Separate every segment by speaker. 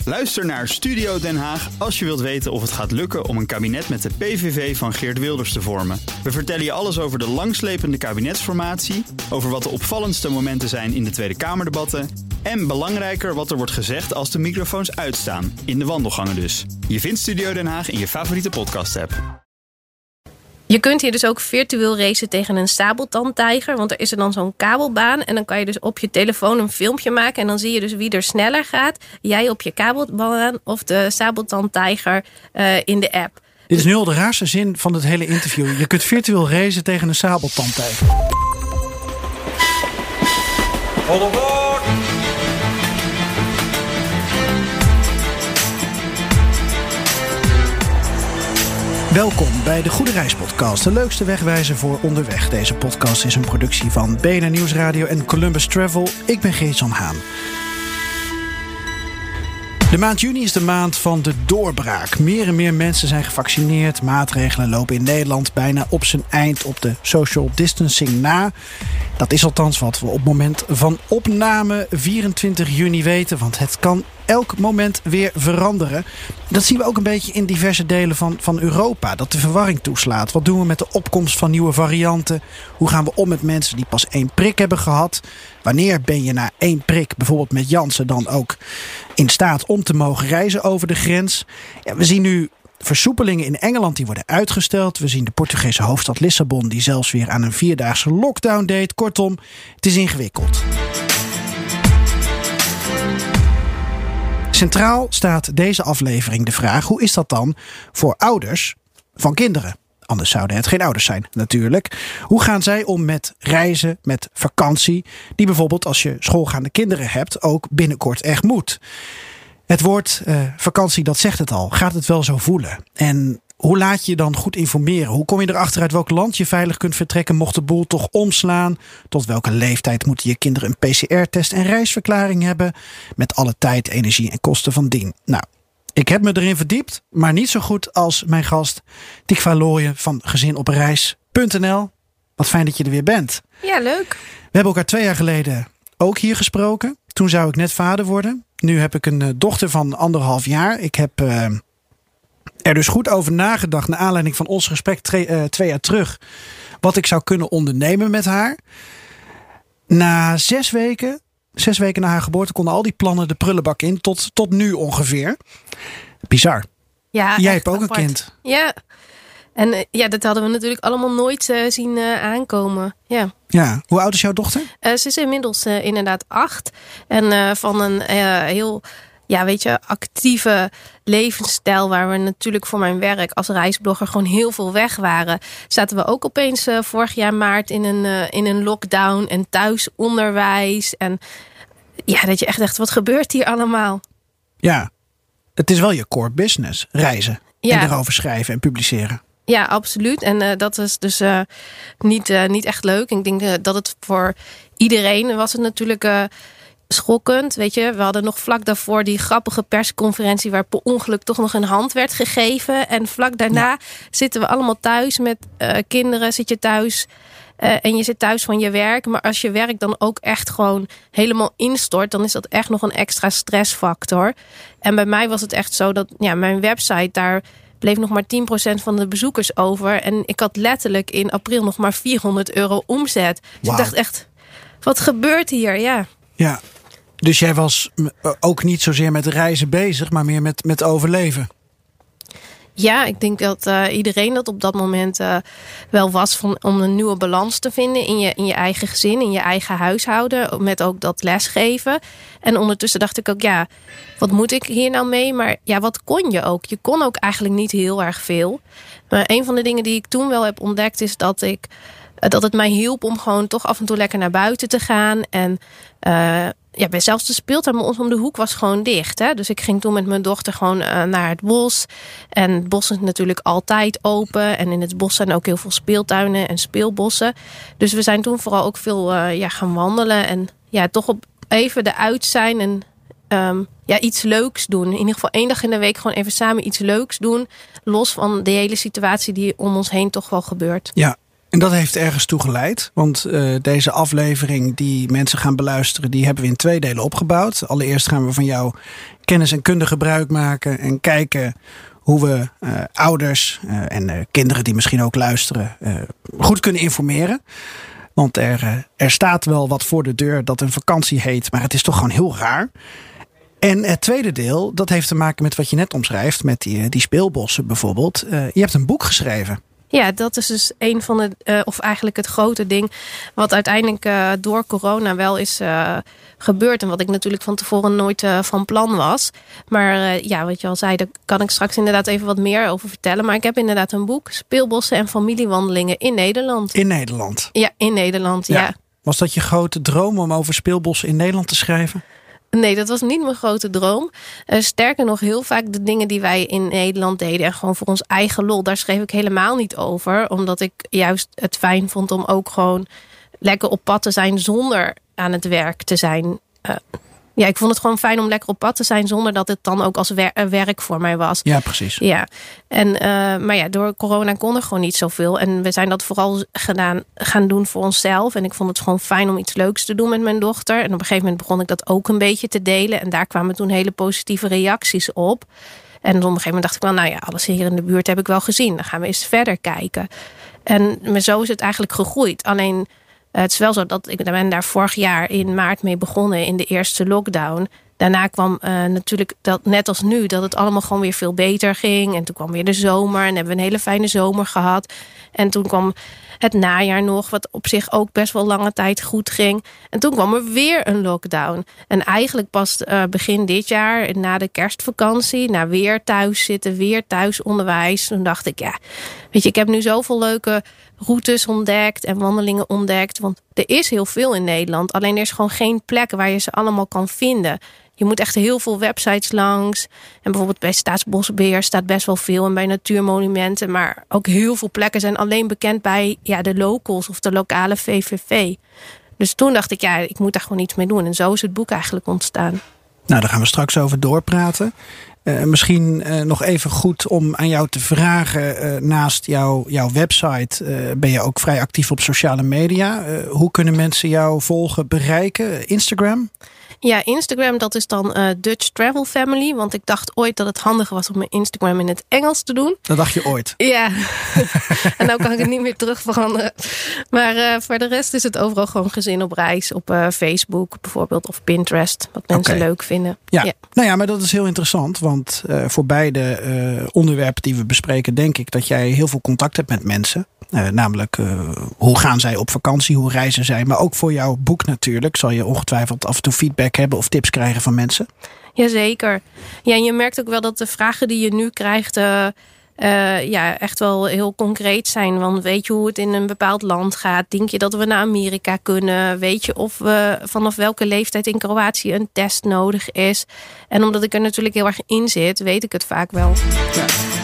Speaker 1: Luister naar Studio Den Haag als je wilt weten of het gaat lukken om een kabinet met de PVV van Geert Wilders te vormen. We vertellen je alles over de langslepende kabinetsformatie, over wat de opvallendste momenten zijn in de Tweede Kamerdebatten en belangrijker wat er wordt gezegd als de microfoons uitstaan, in de wandelgangen dus. Je vindt Studio Den Haag in je favoriete podcast-app.
Speaker 2: Je kunt hier dus ook virtueel racen tegen een sabeltandtijger. Want er is er dan zo'n kabelbaan. En dan kan je dus op je telefoon een filmpje maken. En dan zie je dus wie er sneller gaat. Jij op je kabelbaan of de sabeltandtijger in de app.
Speaker 3: Dit is nu al de raarste zin van het hele interview. Je kunt virtueel racen tegen een sabeltandtijger. Welkom bij de Goede Reis podcast, de leukste wegwijzer voor onderweg. Deze podcast is een productie van BNR Nieuwsradio en Columbus Travel. Ik ben Geert-Jan Haan. De maand juni is de maand van de doorbraak. Meer en meer mensen zijn gevaccineerd. Maatregelen lopen in Nederland bijna op zijn eind op de social distancing na. Dat is althans wat we op het moment van opname 24 juni weten. Want het kan elk moment weer veranderen. Dat zien we ook een beetje in diverse delen van Europa. Dat de verwarring toeslaat. Wat doen we met de opkomst van nieuwe varianten? Hoe gaan we om met mensen die pas 1 prik hebben gehad? Wanneer ben je na 1 prik, bijvoorbeeld met Janssen, dan ook in staat om te mogen reizen over de grens? Ja, we zien nu versoepelingen in Engeland die worden uitgesteld. We zien de Portugese hoofdstad Lissabon die zelfs weer aan een 4-daagse lockdown deed. Kortom, het is ingewikkeld. Centraal staat deze aflevering de vraag: hoe is dat dan voor ouders van kinderen? Anders zouden het geen ouders zijn, natuurlijk. Hoe gaan zij om met reizen, met vakantie, die bijvoorbeeld als je schoolgaande kinderen hebt ook binnenkort echt moet? Het woord vakantie, dat zegt het al. Gaat het wel zo voelen? En hoe laat je je dan goed informeren? Hoe kom je erachter uit welk land je veilig kunt vertrekken mocht de boel toch omslaan? Tot welke leeftijd moeten je kinderen een PCR-test en reisverklaring hebben? Met alle tijd, energie en kosten van dien. Nou, ik heb me erin verdiept, maar niet zo goed als mijn gast Tikva Looyen van gezinopreis.nl. Wat fijn dat je er weer bent.
Speaker 2: Ja, leuk.
Speaker 3: We hebben elkaar 2 jaar geleden ook hier gesproken. Toen zou ik net vader worden. Nu heb ik een dochter van 1,5 jaar. Ik heb er dus goed over nagedacht naar aanleiding van ons gesprek 2 jaar terug. Wat ik zou kunnen ondernemen met haar. Na 6 weken na haar geboorte konden al die plannen de prullenbak in. Tot nu ongeveer. Bizar.
Speaker 2: Ja,
Speaker 3: jij hebt ook
Speaker 2: apart.
Speaker 3: een kind.
Speaker 2: Ja. En dat hadden we natuurlijk allemaal nooit zien aankomen. Ja.
Speaker 3: Ja. Hoe oud is jouw dochter?
Speaker 2: Ze is inmiddels inderdaad 8. En van een heel actieve levensstijl, waar we natuurlijk voor mijn werk als reisblogger gewoon heel veel weg waren, zaten we ook opeens vorig jaar maart in een lockdown en thuisonderwijs. En ja, dat je echt dacht, wat gebeurt hier allemaal?
Speaker 3: Ja, het is wel je core business, reizen. Ja. En erover schrijven en publiceren.
Speaker 2: Ja, absoluut. En dat is dus niet echt leuk. Ik denk dat het voor iedereen was het natuurlijk schokkend. Weet je, we hadden nog vlak daarvoor die grappige persconferentie waar per ongeluk toch nog een hand werd gegeven. En vlak daarna zitten we allemaal thuis met kinderen. Zit je thuis en je zit thuis van je werk. Maar als je werk dan ook echt gewoon helemaal instort, dan is dat echt nog een extra stressfactor. En bij mij was het echt zo dat mijn website, daar bleef nog maar 10% van de bezoekers over. En ik had letterlijk in april nog maar €400 omzet. Dus ik dacht echt, wat gebeurt hier? Ja.
Speaker 3: Dus jij was ook niet zozeer met reizen bezig, maar meer met overleven.
Speaker 2: Ja, ik denk dat iedereen dat op dat moment wel was om een nieuwe balans te vinden in je eigen gezin, in je eigen huishouden, met ook dat lesgeven. En ondertussen dacht ik ook, wat moet ik hier nou mee? Maar wat kon je ook? Je kon ook eigenlijk niet heel erg veel. Maar een van de dingen die ik toen wel heb ontdekt is dat het mij hielp om gewoon toch af en toe lekker naar buiten te gaan. En bij zelfs de speeltuin bij ons om de hoek was gewoon dicht. Hè? Dus ik ging toen met mijn dochter gewoon naar het bos. En het bos is natuurlijk altijd open. En in het bos zijn ook heel veel speeltuinen en speelbossen. Dus we zijn toen vooral ook veel gaan wandelen. En toch op even eruit zijn en iets leuks doen. In ieder geval 1 dag in de week gewoon even samen iets leuks doen. Los van de hele situatie die om ons heen toch wel gebeurt.
Speaker 3: Ja. En dat heeft ergens toe geleid. Want deze aflevering die mensen gaan beluisteren, die hebben we in 2 delen opgebouwd. Allereerst gaan we van jouw kennis en kunde gebruik maken en kijken hoe we ouders en kinderen die misschien ook luisteren goed kunnen informeren. Want er staat wel wat voor de deur dat een vakantie heet, maar het is toch gewoon heel raar. En het tweede deel, dat heeft te maken met wat je net omschrijft, met die speelbossen bijvoorbeeld. Je hebt een boek geschreven.
Speaker 2: Ja, dat is dus een van de, of eigenlijk het grote ding, wat uiteindelijk door corona wel is gebeurd. En wat ik natuurlijk van tevoren nooit van plan was. Maar wat je al zei, daar kan ik straks inderdaad even wat meer over vertellen. Maar ik heb inderdaad een boek, Speelbossen en familiewandelingen in Nederland.
Speaker 3: In Nederland?
Speaker 2: Ja, in Nederland, ja.
Speaker 3: Was dat je grote droom om over speelbossen in Nederland te schrijven?
Speaker 2: Nee, dat was niet mijn grote droom. Sterker nog, heel vaak de dingen die wij in Nederland deden, en gewoon voor ons eigen lol, daar schreef ik helemaal niet over. Omdat ik juist het fijn vond om ook gewoon lekker op pad te zijn zonder aan het werk te zijn. Ik vond het gewoon fijn om lekker op pad te zijn zonder dat het dan ook als werk voor mij was.
Speaker 3: Ja, precies.
Speaker 2: Ja. En, maar door corona kon er gewoon niet zoveel. En we zijn dat vooral gaan doen voor onszelf. En ik vond het gewoon fijn om iets leuks te doen met mijn dochter. En op een gegeven moment begon ik dat ook een beetje te delen. En daar kwamen toen hele positieve reacties op. En op een gegeven moment dacht ik wel, alles hier in de buurt heb ik wel gezien. Dan gaan we eens verder kijken. En zo is het eigenlijk gegroeid. Alleen het is wel zo dat ik ben daar vorig jaar in maart mee begonnen in de eerste lockdown. Daarna kwam natuurlijk, dat, net als nu, dat het allemaal gewoon weer veel beter ging. En toen kwam weer de zomer en hebben we een hele fijne zomer gehad. En toen kwam het najaar nog, wat op zich ook best wel lange tijd goed ging. En toen kwam er weer een lockdown. En eigenlijk pas begin dit jaar, na de kerstvakantie, weer thuis zitten, weer thuisonderwijs. Toen dacht ik, ik heb nu zoveel leuke routes ontdekt en wandelingen ontdekt. Want er is heel veel in Nederland. Alleen er is gewoon geen plek waar je ze allemaal kan vinden. Je moet echt heel veel websites langs. En bijvoorbeeld bij Staatsbosbeheer staat best wel veel. En bij natuurmonumenten. Maar ook heel veel plekken zijn alleen bekend bij de locals of de lokale VVV. Dus toen dacht ik, ik moet daar gewoon iets mee doen. En zo is het boek eigenlijk ontstaan.
Speaker 3: Nou, daar gaan we straks over doorpraten. Misschien nog even goed om aan jou te vragen. Naast jouw website ben je ook vrij actief op sociale media. Hoe kunnen mensen jou volgen, bereiken? Instagram?
Speaker 2: Ja, Instagram, dat is dan Dutch Travel Family. Want ik dacht ooit dat het handig was om mijn Instagram in het Engels te doen.
Speaker 3: Dat dacht je ooit?
Speaker 2: Ja. En nou kan ik het niet meer terug veranderen. Maar voor de rest is het overal gewoon gezin op reis. Op Facebook bijvoorbeeld of Pinterest. Wat mensen leuk vinden.
Speaker 3: Ja. Nou ja, maar dat is heel interessant. Want voor beide onderwerpen die we bespreken, denk ik dat jij heel veel contact hebt met mensen. Namelijk, hoe gaan zij op vakantie? Hoe reizen zij? Maar ook voor jouw boek natuurlijk zal je ongetwijfeld af en toe feedback hebben of tips krijgen van mensen.
Speaker 2: Jazeker. Ja, en je merkt ook wel dat de vragen die je nu krijgt echt wel heel concreet zijn. Want weet je hoe het in een bepaald land gaat? Denk je dat we naar Amerika kunnen? Weet je of we vanaf welke leeftijd in Kroatië een test nodig is? En omdat ik er natuurlijk heel erg in zit, weet ik het vaak wel.
Speaker 3: Ja.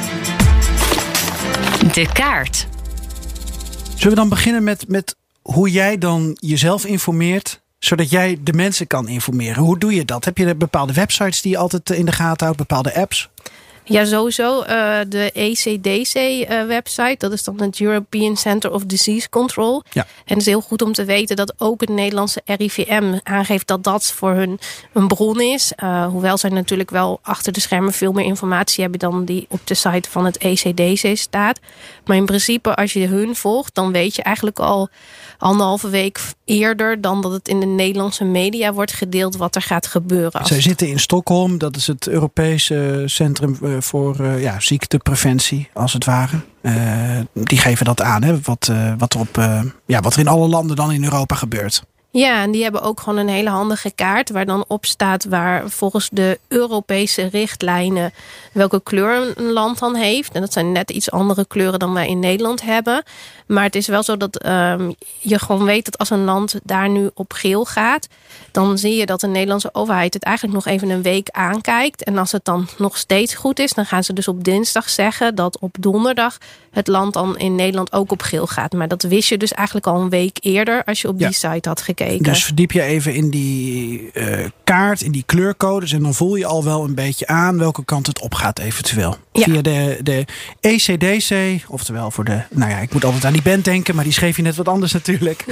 Speaker 4: De kaart.
Speaker 3: Zullen we dan beginnen met hoe jij dan jezelf informeert, zodat jij de mensen kan informeren? Hoe doe je dat? Heb je bepaalde websites die je altijd in de gaten houdt, bepaalde apps?
Speaker 2: Ja, sowieso. De ECDC-website, dat is dan het European Center of Disease Control. Ja. En het is heel goed om te weten dat ook het Nederlandse RIVM aangeeft dat dat voor hun een bron is. Hoewel zij natuurlijk wel achter de schermen veel meer informatie hebben dan die op de site van het ECDC staat. Maar in principe, als je hun volgt, dan weet je eigenlijk al 1,5 week eerder dan dat het in de Nederlandse media wordt gedeeld wat er gaat gebeuren. Zij
Speaker 3: zitten in Stockholm, dat is het Europese Centrum voor ziektepreventie, als het ware. Die geven dat aan, hè? Wat er in alle landen dan in Europa gebeurt.
Speaker 2: Ja, en die hebben ook gewoon een hele handige kaart waar dan op staat waar volgens de Europese richtlijnen welke kleur een land dan heeft. En dat zijn net iets andere kleuren dan wij in Nederland hebben. Maar het is wel zo dat je gewoon weet dat als een land daar nu op geel gaat, dan zie je dat de Nederlandse overheid het eigenlijk nog even een week aankijkt. En als het dan nog steeds goed is, dan gaan ze dus op dinsdag zeggen dat op donderdag het land dan in Nederland ook op geel gaat. Maar dat wist je dus eigenlijk al een week eerder als je op die site had gekeken. gekeken.
Speaker 3: Dus verdiep je even in die kaart, in die kleurcodes. En dan voel je al wel een beetje aan welke kant het opgaat eventueel. Ja. Via de ECDC, oftewel voor de... Nou ja, ik moet altijd aan die band denken, maar die schreef je net wat anders natuurlijk.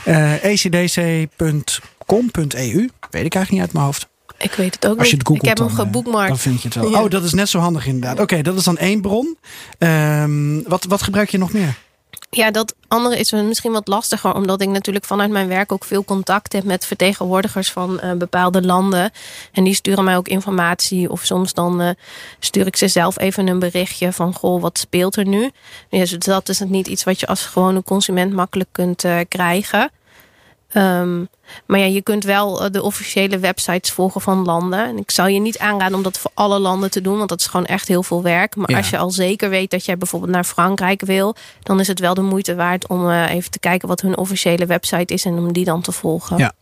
Speaker 3: ecdc.com.eu. Weet ik eigenlijk niet uit mijn hoofd.
Speaker 2: Ik weet het ook
Speaker 3: Als je
Speaker 2: niet.
Speaker 3: het googelt,
Speaker 2: ik heb hem geboekmarkt.
Speaker 3: Dan vind je het wel. Ja. Oh, dat is net zo handig inderdaad. Oké, dat is dan 1 bron. Wat gebruik je nog meer?
Speaker 2: Ja, dat andere is misschien wat lastiger. Omdat ik natuurlijk vanuit mijn werk ook veel contact heb met vertegenwoordigers van bepaalde landen. En die sturen mij ook informatie. Of soms dan stuur ik ze zelf even een berichtje van... goh, wat speelt er nu? Dus dat is niet iets wat je als gewone consument makkelijk kunt krijgen. Maar ja, je kunt wel de officiële websites volgen van landen. En ik zou je niet aanraden om dat voor alle landen te doen, want dat is gewoon echt heel veel werk. Maar als je al zeker weet dat jij bijvoorbeeld naar Frankrijk wil, dan is het wel de moeite waard om even te kijken wat hun officiële website is en om die dan te volgen.
Speaker 3: Ja,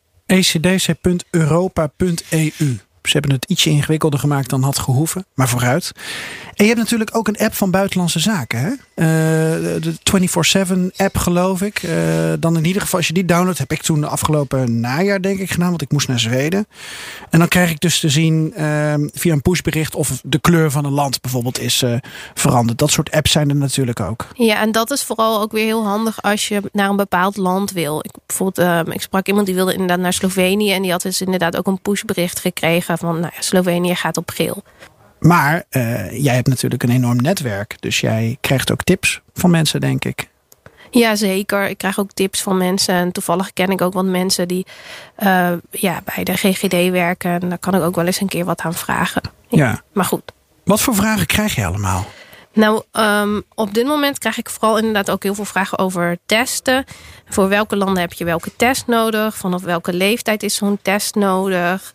Speaker 3: ecdc.europa.eu. Ze hebben het ietsje ingewikkelder gemaakt dan had gehoeven, maar vooruit. En je hebt natuurlijk ook een app van Buitenlandse Zaken, hè? De 24/7 app, geloof ik. Dan in ieder geval, als je die downloadt, heb ik toen de afgelopen najaar, denk ik, gedaan, want ik moest naar Zweden. En dan krijg ik dus te zien via een pushbericht of de kleur van een land bijvoorbeeld is veranderd. Dat soort apps zijn er natuurlijk ook.
Speaker 2: Ja, en dat is vooral ook weer heel handig als je naar een bepaald land wil. Ik sprak iemand die wilde inderdaad naar Slovenië en die had dus inderdaad ook een pushbericht gekregen van, nou ja, Slovenië gaat op geel.
Speaker 3: Maar jij hebt natuurlijk een enorm netwerk. Dus jij krijgt ook tips van mensen, denk ik.
Speaker 2: Ja, zeker. Ik krijg ook tips van mensen. En toevallig ken ik ook wat mensen die bij de GGD werken. En daar kan ik ook wel eens een keer wat aan vragen. Ja. Maar goed.
Speaker 3: Wat voor vragen krijg je allemaal?
Speaker 2: Nou, op dit moment krijg ik vooral inderdaad ook heel veel vragen over testen. Voor welke landen heb je welke test nodig? Vanaf welke leeftijd is zo'n test nodig?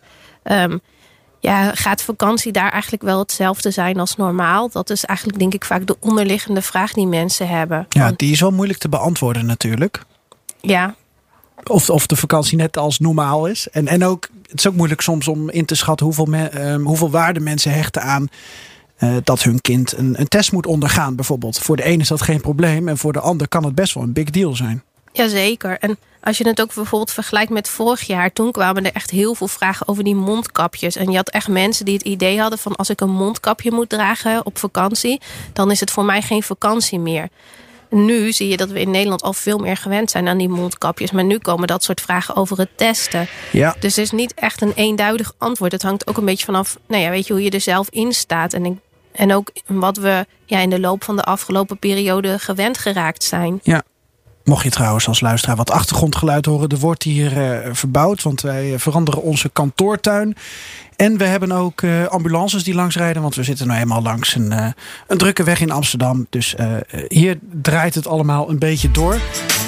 Speaker 2: Gaat vakantie daar eigenlijk wel hetzelfde zijn als normaal? Dat is eigenlijk denk ik vaak de onderliggende vraag die mensen hebben.
Speaker 3: Ja, die is wel moeilijk te beantwoorden natuurlijk.
Speaker 2: Ja.
Speaker 3: Of de vakantie net als normaal is. En ook, het is ook moeilijk soms om in te schatten hoeveel waarde mensen hechten aan dat hun kind een test moet ondergaan bijvoorbeeld. Voor de een is dat geen probleem en voor de ander kan het best wel een big deal zijn.
Speaker 2: Jazeker. En als je het ook bijvoorbeeld vergelijkt met vorig jaar, toen kwamen er echt heel veel vragen over die mondkapjes. En je had echt mensen die het idee hadden van, als ik een mondkapje moet dragen op vakantie, dan is het voor mij geen vakantie meer. Nu zie je dat we in Nederland al veel meer gewend zijn aan die mondkapjes. Maar nu komen dat soort vragen over het testen. Ja. Dus er is niet echt een eenduidig antwoord. Het hangt ook een beetje vanaf, weet je, hoe je er zelf in staat. En ook wat we in de loop van de afgelopen periode gewend geraakt zijn.
Speaker 3: Ja. Mocht je trouwens als luisteraar wat achtergrondgeluid horen, er wordt hier verbouwd, want wij veranderen onze kantoortuin. En we hebben ook ambulances die langsrijden, want we zitten nou eenmaal langs een drukke weg in Amsterdam. Dus hier draait het allemaal een beetje door.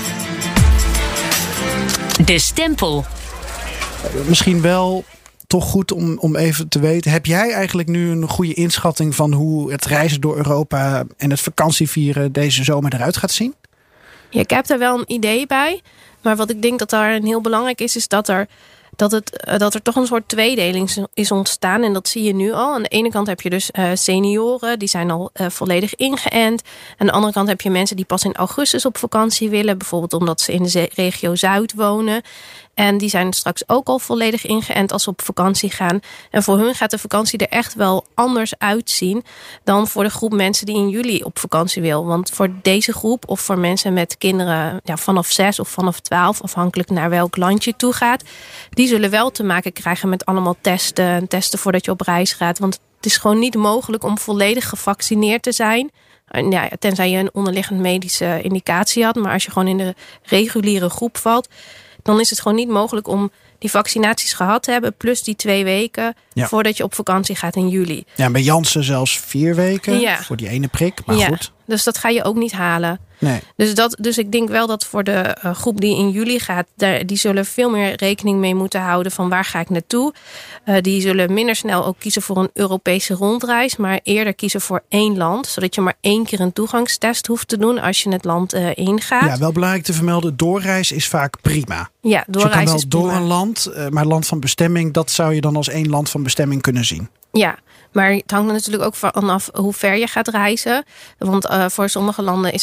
Speaker 4: De stempel.
Speaker 3: Misschien wel toch goed om even te weten. Heb jij eigenlijk nu een goede inschatting van hoe het reizen door Europa en het vakantievieren deze zomer eruit gaat zien?
Speaker 2: Ja, ik heb er wel een idee bij. Maar wat ik denk dat daar een heel belangrijk is dat er toch een soort tweedeling is ontstaan. En dat zie je nu al. Aan de ene kant heb je dus senioren, die zijn al volledig ingeënt. Aan de andere kant heb je mensen die pas in augustus op vakantie willen. Bijvoorbeeld omdat ze in de regio Zuid wonen. En die zijn straks ook al volledig ingeënt als ze op vakantie gaan. En voor hun gaat de vakantie er echt wel anders uitzien dan voor de groep mensen die in juli op vakantie wil. Want voor deze groep of voor mensen met kinderen vanaf 6 of vanaf 12, afhankelijk naar welk land je toe gaat, die zullen wel te maken krijgen met allemaal testen voordat je op reis gaat. Want het is gewoon niet mogelijk om volledig gevaccineerd te zijn. Ja, tenzij je een onderliggend medische indicatie had. Maar als je gewoon in de reguliere groep valt, dan is het gewoon niet mogelijk om die vaccinaties gehad te hebben, plus die 2 weken voordat je op vakantie gaat in juli. Ja,
Speaker 3: bij Janssen zelfs 4 weken voor die ene prik. Maar goed.
Speaker 2: Dus dat ga je ook niet halen.
Speaker 3: Nee.
Speaker 2: Dus ik denk wel dat voor de groep die in juli gaat, die zullen veel meer rekening mee moeten houden van waar ga ik naartoe. Die zullen minder snel ook kiezen voor een Europese rondreis, maar eerder kiezen voor 1 land, zodat je maar 1 keer een toegangstest hoeft te doen als je het land ingaat.
Speaker 3: Ja, wel belangrijk te vermelden, doorreis is vaak prima.
Speaker 2: Ja, doorreis is prima.
Speaker 3: Door een land, maar land van bestemming, dat zou je dan als 1 land van bestemming kunnen zien.
Speaker 2: Ja, maar het hangt er natuurlijk ook vanaf hoe ver je gaat reizen. Want voor sommige landen is het maar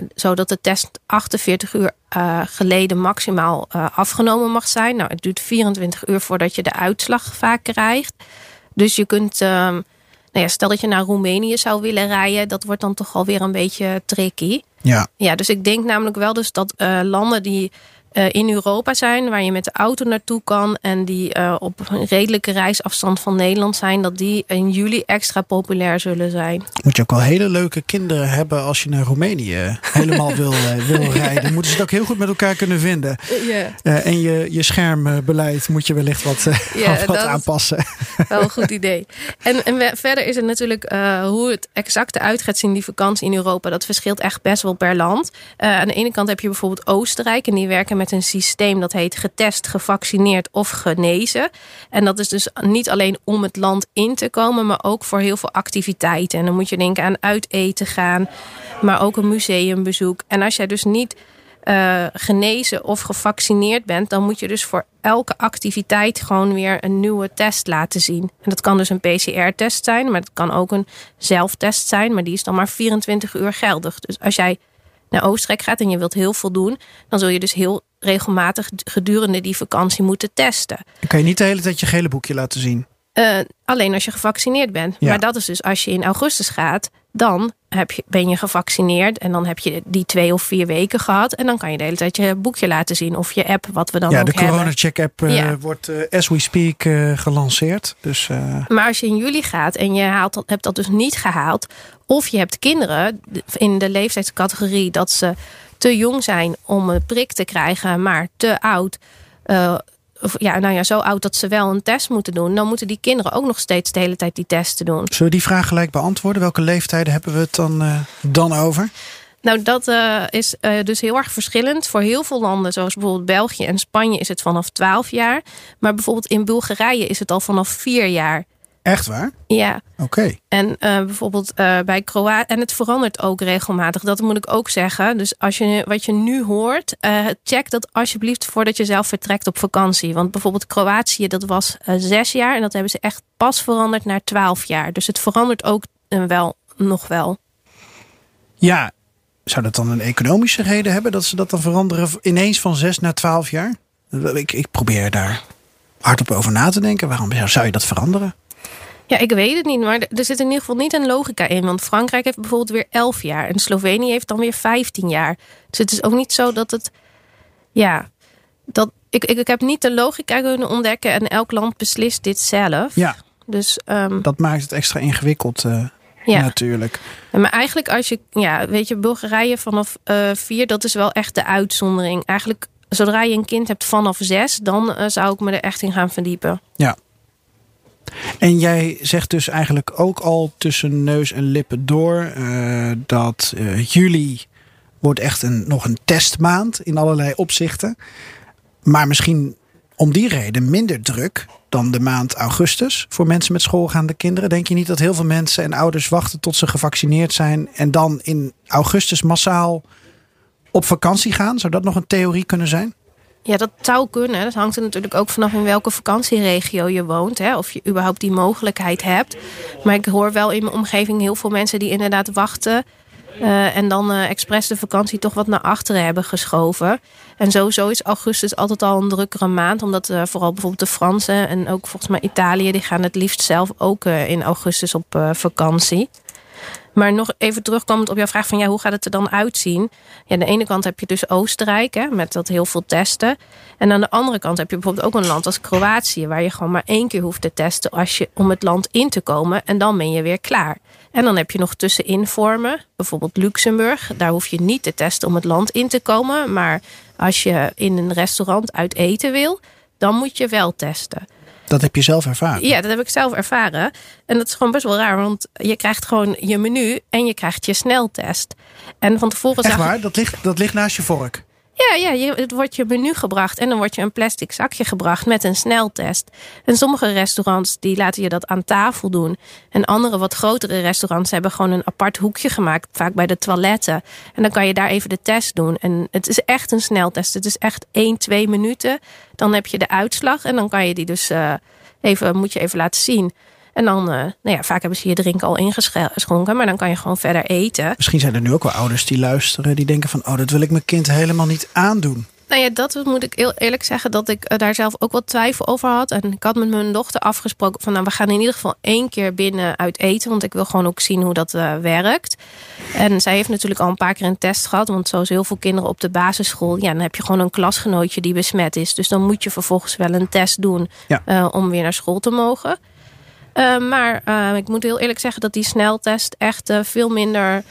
Speaker 2: zodat de test 48 uur geleden maximaal afgenomen mag zijn. Nou, het duurt 24 uur voordat je de uitslag vaak krijgt. Dus je kunt, stel dat je naar Roemenië zou willen rijden, dat wordt dan toch alweer een beetje tricky. Ja, dus ik denk namelijk wel dus dat landen die in Europa zijn, waar je met de auto naartoe kan en die op een redelijke reisafstand van Nederland zijn, dat die in juli extra populair zullen zijn.
Speaker 3: Moet je ook wel hele leuke kinderen hebben als je naar Roemenië helemaal wil rijden. Moeten ze het ook heel goed met elkaar kunnen vinden. En je schermbeleid moet je wellicht wat aanpassen.
Speaker 2: Wel een goed idee. En verder is het natuurlijk hoe het exact eruit gaat zien, die vakantie in Europa. Dat verschilt echt best wel per land. Aan de ene kant heb je bijvoorbeeld Oostenrijk en die werken met een systeem dat heet getest, gevaccineerd of genezen. En dat is dus niet alleen om het land in te komen, maar ook voor heel veel activiteiten. En dan moet je denken aan uit eten gaan, maar ook een museumbezoek. En als jij dus niet genezen of gevaccineerd bent, dan moet je dus voor elke activiteit gewoon weer een nieuwe test laten zien. En dat kan dus een PCR-test zijn, maar het kan ook een zelftest zijn, maar die is dan maar 24 uur geldig. Dus als jij naar Oostenrijk gaat en je wilt heel veel doen, dan zul je dus heel regelmatig gedurende die vakantie moeten testen.
Speaker 3: Dan kan je niet de hele tijd je gele boekje laten zien?
Speaker 2: Alleen als je gevaccineerd bent.
Speaker 3: Ja.
Speaker 2: Maar dat is dus als je in augustus gaat, dan ben je gevaccineerd en dan heb je die 2 of 4 weken gehad en dan kan je de hele tijd je boekje laten zien of je app, wat we dan ook hebben.
Speaker 3: Ja, de corona-check-app wordt as we speak gelanceerd. Dus,
Speaker 2: Maar als je in juli gaat en je hebt dat dus niet gehaald, of je hebt kinderen in de leeftijdscategorie dat ze te jong zijn om een prik te krijgen, maar te oud, zo oud dat ze wel een test moeten doen, dan moeten die kinderen ook nog steeds de hele tijd die testen doen.
Speaker 3: Zullen we die vraag gelijk beantwoorden? Welke leeftijden hebben we het dan over?
Speaker 2: Nou, dat is dus heel erg verschillend. Voor heel veel landen, zoals bijvoorbeeld België en Spanje, is het vanaf 12 jaar. Maar bijvoorbeeld in Bulgarije is het al vanaf 4 jaar.
Speaker 3: Echt waar?
Speaker 2: Ja.
Speaker 3: Oké.
Speaker 2: En bijvoorbeeld bij Kroatië. En het verandert ook regelmatig. Dat moet ik ook zeggen. Dus wat je nu hoort, check dat alsjeblieft voordat je zelf vertrekt op vakantie. Want bijvoorbeeld Kroatië, dat was 6 jaar. En dat hebben ze echt pas veranderd naar 12 jaar. Dus het verandert ook nog wel. Ja.
Speaker 3: Zou dat dan een economische reden hebben dat ze dat dan veranderen ineens van 6 naar 12 jaar? Ik probeer daar hardop over na te denken. Waarom zou je dat veranderen?
Speaker 2: Ja, ik weet het niet, maar er zit in ieder geval niet een logica in. Want Frankrijk heeft bijvoorbeeld weer 11 jaar. En Slovenië heeft dan weer 15 jaar. Dus het is ook niet zo dat het... Ja, ik heb niet de logica kunnen ontdekken. En elk land beslist dit zelf.
Speaker 3: Ja,
Speaker 2: dus,
Speaker 3: dat maakt het extra ingewikkeld natuurlijk.
Speaker 2: Maar eigenlijk als je, Bulgarije vanaf 4, dat is wel echt de uitzondering. Eigenlijk, zodra je een kind hebt vanaf 6, dan zou ik me er echt in gaan verdiepen.
Speaker 3: Ja. En jij zegt dus eigenlijk ook al tussen neus en lippen door dat juli wordt echt nog een testmaand in allerlei opzichten. Maar misschien om die reden minder druk dan de maand augustus voor mensen met schoolgaande kinderen. Denk je niet dat heel veel mensen en ouders wachten tot ze gevaccineerd zijn en dan in augustus massaal op vakantie gaan? Zou dat nog een theorie kunnen zijn?
Speaker 2: Ja, dat zou kunnen. Dat hangt er natuurlijk ook vanaf in welke vakantieregio je woont. Hè? Of je überhaupt die mogelijkheid hebt. Maar ik hoor wel in mijn omgeving heel veel mensen die inderdaad wachten. En dan expres de vakantie toch wat naar achteren hebben geschoven. En sowieso is augustus altijd al een drukkere maand. Omdat vooral bijvoorbeeld de Fransen en ook volgens mij Italië, die gaan het liefst zelf ook in augustus op vakantie. Maar nog even terugkomend op jouw vraag van hoe gaat het er dan uitzien? Ja, aan de ene kant heb je dus Oostenrijk met dat heel veel testen. En aan de andere kant heb je bijvoorbeeld ook een land als Kroatië, waar je gewoon maar 1 keer hoeft te testen om het land in te komen. En dan ben je weer klaar. En dan heb je nog tussenin vormen, bijvoorbeeld Luxemburg. Daar hoef je niet te testen om het land in te komen. Maar als je in een restaurant uit eten wil, dan moet je wel testen.
Speaker 3: Dat heb je zelf ervaren?
Speaker 2: Ja, dat heb ik zelf ervaren. En dat is gewoon best wel raar, want je krijgt gewoon je menu en je krijgt je sneltest. En van tevoren
Speaker 3: Echt waar? Dat ligt naast je vork?
Speaker 2: Ja, het wordt je menu gebracht en dan wordt je een plastic zakje gebracht met een sneltest. En sommige restaurants die laten je dat aan tafel doen. En andere wat grotere restaurants hebben gewoon een apart hoekje gemaakt, vaak bij de toiletten. En dan kan je daar even de test doen. En het is echt een sneltest. Het is echt 1-2 minuten. Dan heb je de uitslag en dan kan je die dus moet je even laten zien. En dan, vaak hebben ze je drinken al ingeschonken, maar dan kan je gewoon verder eten.
Speaker 3: Misschien zijn er nu ook wel ouders die luisteren, die denken van, dat wil ik mijn kind helemaal niet aandoen.
Speaker 2: Nou ja, dat moet ik heel eerlijk zeggen dat ik daar zelf ook wat twijfel over had. En ik had met mijn dochter afgesproken van, we gaan in ieder geval 1 keer binnen uit eten. Want ik wil gewoon ook zien hoe dat werkt. En zij heeft natuurlijk al een paar keer een test gehad. Want zoals heel veel kinderen op de basisschool, dan heb je gewoon een klasgenootje die besmet is. Dus dan moet je vervolgens wel een test doen om weer naar school te mogen. Maar ik moet heel eerlijk zeggen dat die sneltest echt veel minder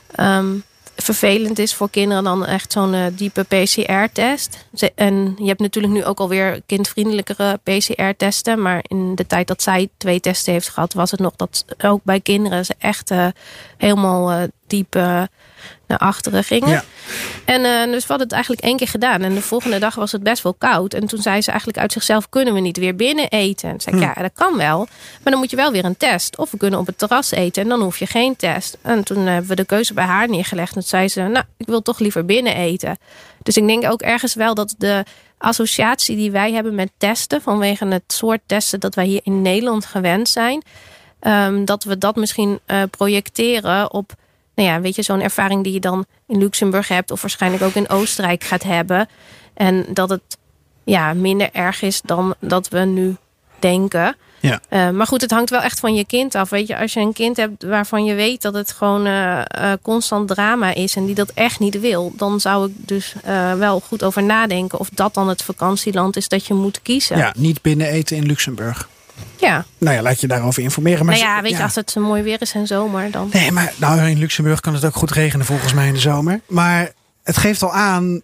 Speaker 2: vervelend is voor kinderen dan echt zo'n diepe PCR-test. En je hebt natuurlijk nu ook alweer kindvriendelijkere PCR-testen. Maar in de tijd dat zij 2 testen heeft gehad, was het nog dat ook bij kinderen ze echt helemaal diep naar achteren gingen. Ja. En dus we hadden het eigenlijk 1 keer gedaan. En de volgende dag was het best wel koud. En toen zei ze eigenlijk uit zichzelf, kunnen we niet weer binnen eten? En toen zei ik, dat kan wel. Maar dan moet je wel weer een test. Of we kunnen op het terras eten en dan hoef je geen test. En toen hebben we de keuze bij haar neergelegd. En toen zei ze, ik wil toch liever binnen eten. Dus ik denk ook ergens wel dat de associatie die wij hebben met testen, vanwege het soort testen dat wij hier in Nederland gewend zijn, dat we dat misschien projecteren op zo'n ervaring die je dan in Luxemburg hebt, of waarschijnlijk ook in Oostenrijk gaat hebben. En dat het minder erg is dan dat we nu denken. Ja. Maar goed, het hangt wel echt van je kind af. Weet je, als je een kind hebt waarvan je weet dat het gewoon constant drama is en die dat echt niet wil, dan zou ik dus wel goed over nadenken of dat dan het vakantieland is dat je moet kiezen. Ja,
Speaker 3: niet binnen eten in Luxemburg.
Speaker 2: Ja.
Speaker 3: Nou ja, laat je daarover informeren. Maar
Speaker 2: weet je, als het mooi weer is en zomer dan.
Speaker 3: Nee, maar in Luxemburg kan het ook goed regenen volgens mij in de zomer. Maar het geeft al aan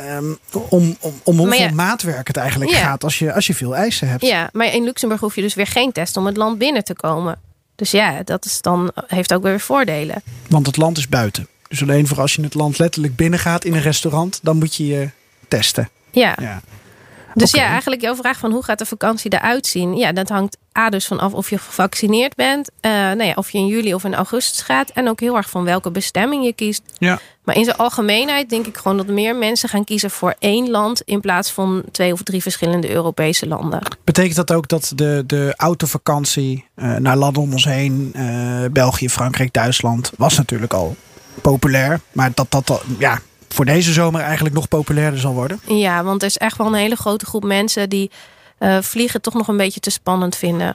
Speaker 3: om hoeveel maatwerk het eigenlijk gaat als je veel eisen hebt.
Speaker 2: Ja, maar in Luxemburg hoef je dus weer geen test om het land binnen te komen. Dus dat is dan, heeft ook weer voordelen.
Speaker 3: Want het land is buiten. Dus alleen voor als je het land letterlijk binnen gaat in een restaurant, dan moet je je testen.
Speaker 2: Ja. Dus eigenlijk jouw vraag van hoe gaat de vakantie eruit zien? Ja, dat hangt dus vanaf of je gevaccineerd bent. Of je in juli of in augustus gaat. En ook heel erg van welke bestemming je kiest. Ja. Maar in zijn algemeenheid denk ik gewoon dat meer mensen gaan kiezen voor 1 land in plaats van 2 of 3 verschillende Europese landen.
Speaker 3: Betekent dat ook dat de autovakantie naar landen om ons heen, België, Frankrijk, Duitsland, was natuurlijk al populair. Maar dat voor deze zomer eigenlijk nog populairder zal worden? Ja,
Speaker 2: want er is echt wel een hele grote groep mensen die vliegen toch nog een beetje te spannend vinden.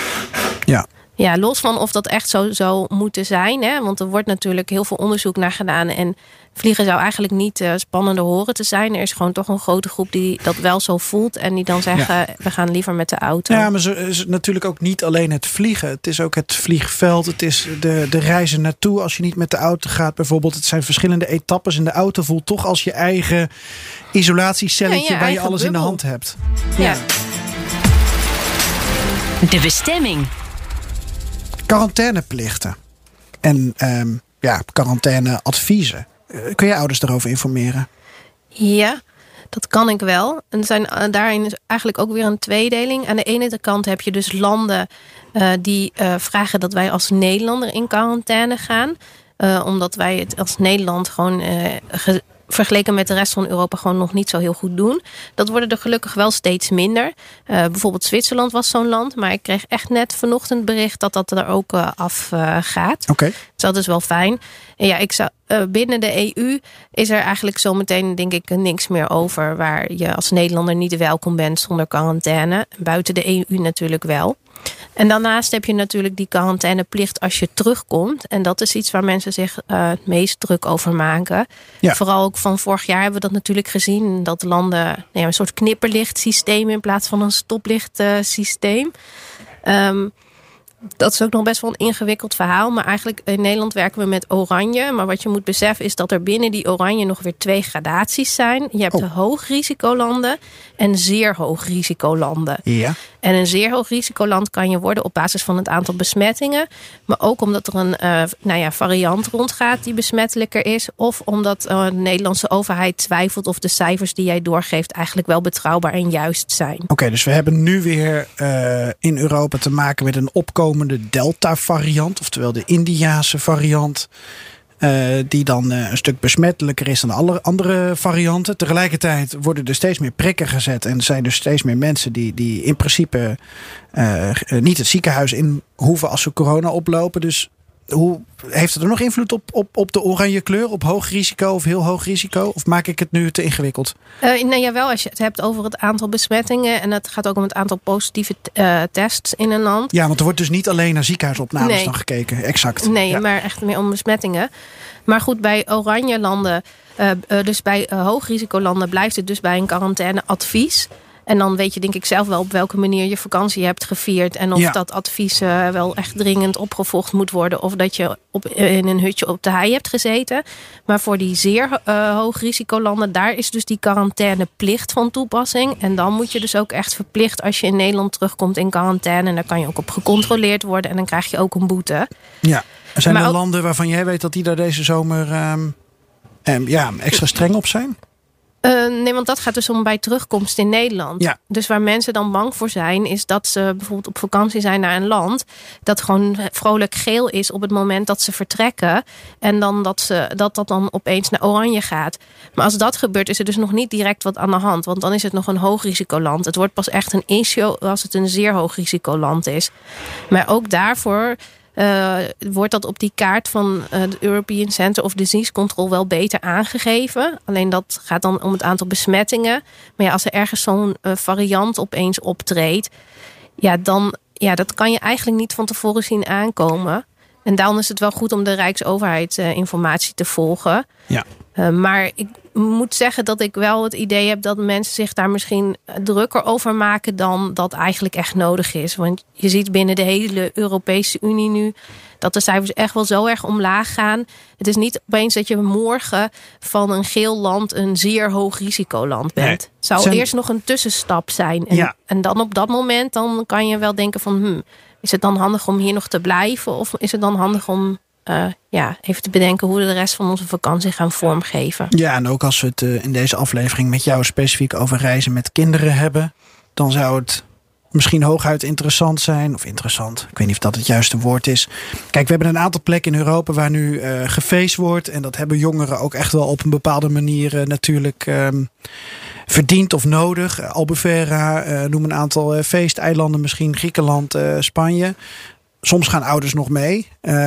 Speaker 2: Ja. Ja, los van of dat echt zo zou moeten zijn. Hè? Want er wordt natuurlijk heel veel onderzoek naar gedaan. En vliegen zou eigenlijk niet spannender horen te zijn. Er is gewoon toch een grote groep die dat wel zo voelt. En die dan zeggen, we gaan liever met de auto.
Speaker 3: Ja, maar het is natuurlijk ook niet alleen het vliegen. Het is ook het vliegveld. Het is de reizen naartoe als je niet met de auto gaat. Bijvoorbeeld, het zijn verschillende etappes. En de auto voelt toch als je eigen isolatiecelletje waar je alles bubbel in de hand hebt. Ja.
Speaker 4: De bestemming.
Speaker 3: Quarantaineplichten en quarantaineadviezen. Kun je ouders daarover informeren?
Speaker 2: Ja, dat kan ik wel. En daarin is eigenlijk ook weer een tweedeling. Aan de ene kant heb je dus landen die vragen dat wij als Nederlander in quarantaine gaan. Omdat wij het als Nederland gewoon vergeleken met de rest van Europa gewoon nog niet zo heel goed doen. Dat worden er gelukkig wel steeds minder. Bijvoorbeeld Zwitserland was zo'n land. Maar ik kreeg echt net vanochtend bericht dat er ook af gaat.
Speaker 3: Okay.
Speaker 2: Dus dat is wel fijn. En ja, binnen de EU is er eigenlijk zometeen denk ik niks meer over waar je als Nederlander niet welkom bent zonder quarantaine. Buiten de EU natuurlijk wel. En daarnaast heb je natuurlijk die quarantaineplicht als je terugkomt. En dat is iets waar mensen zich het meest druk over maken. Ja. Vooral ook van vorig jaar hebben we dat natuurlijk gezien. Dat landen een soort knipperlichtsysteem in plaats van een stoplichtsysteem. Dat is ook nog best wel een ingewikkeld verhaal. Maar eigenlijk in Nederland werken we met oranje. Maar wat je moet beseffen is dat er binnen die oranje nog weer 2 gradaties zijn. Je hebt de hoogrisicolanden en zeer hoogrisicolanden. Ja. En een zeer hoog risicoland kan je worden op basis van het aantal besmettingen. Maar ook omdat er een variant rondgaat die besmettelijker is. Of omdat de Nederlandse overheid twijfelt of de cijfers die jij doorgeeft eigenlijk wel betrouwbaar en juist zijn.
Speaker 3: Oké, dus we hebben nu weer in Europa te maken met een opkomende Delta-variant. Oftewel de Indiase variant. Die dan een stuk besmettelijker is dan alle andere varianten. Tegelijkertijd worden er steeds meer prikken gezet. En er zijn dus steeds meer mensen die in principe niet het ziekenhuis in hoeven als ze corona oplopen. Dus hoe heeft het er nog invloed op de oranje kleur? Op hoog risico of heel hoog risico? Of maak ik het nu te ingewikkeld?
Speaker 2: Jawel, als je het hebt over het aantal besmettingen. En het gaat ook om het aantal positieve tests in een land.
Speaker 3: Ja, want er wordt dus niet alleen naar ziekenhuisopnames dan gekeken. Exact.
Speaker 2: Nee, ja. Maar echt meer om besmettingen. Maar goed, bij oranje landen, dus bij hoogrisicolanden, blijft het dus bij een quarantaineadvies. En dan weet je denk ik zelf wel op welke manier je vakantie hebt gevierd. En of dat advies wel echt dringend opgevolgd moet worden. Of dat je in een hutje op de hei hebt gezeten. Maar voor die zeer hoogrisicolanden, daar is dus die quarantaineplicht van toepassing. En dan moet je dus ook echt verplicht als je in Nederland terugkomt in quarantaine. En daar kan je ook op gecontroleerd worden. En dan krijg je ook een boete.
Speaker 3: Ja, er zijn er landen waarvan jij weet dat die daar deze zomer extra streng op zijn?
Speaker 2: Nee, want dat gaat dus om bij terugkomst in Nederland. Ja. Dus waar mensen dan bang voor zijn, is dat ze bijvoorbeeld op vakantie zijn naar een land dat gewoon vrolijk geel is op het moment dat ze vertrekken. En dan dat dan opeens naar oranje gaat. Maar als dat gebeurt, is er dus nog niet direct wat aan de hand. Want dan is het nog een hoogrisicoland. Het wordt pas echt een issue als het een zeer hoogrisicoland is. Maar ook daarvoor wordt dat op die kaart van de European Center of Disease Control wel beter aangegeven. Alleen dat gaat dan om het aantal besmettingen. Maar ja, als er ergens zo'n variant opeens optreedt, dat kan je eigenlijk niet van tevoren zien aankomen. En daarom is het wel goed om de Rijksoverheid informatie te volgen. Ja. Maar ik moet zeggen dat ik wel het idee heb dat mensen zich daar misschien drukker over maken dan dat eigenlijk echt nodig is. Want je ziet binnen de hele Europese Unie nu dat de cijfers echt wel zo erg omlaag gaan. Het is niet opeens dat je morgen van een geel land een zeer hoog risicoland bent. Nee. Het zou eerst nog een tussenstap zijn. En dan op dat moment dan kan je wel denken van is het dan handig om hier nog te blijven? Of is het dan handig om even te bedenken hoe we de rest van onze vakantie gaan vormgeven? Ja,
Speaker 3: en ook als we het in deze aflevering met jou specifiek over reizen met kinderen hebben, dan zou het misschien hooguit interessant zijn. Of interessant, ik weet niet of dat het juiste woord is. Kijk, we hebben een aantal plekken in Europa waar nu gefeest wordt. En dat hebben jongeren ook echt wel op een bepaalde manier natuurlijk verdiend of nodig. Albufeira, noem een aantal feesteilanden, misschien Griekenland, Spanje. Soms gaan ouders nog mee.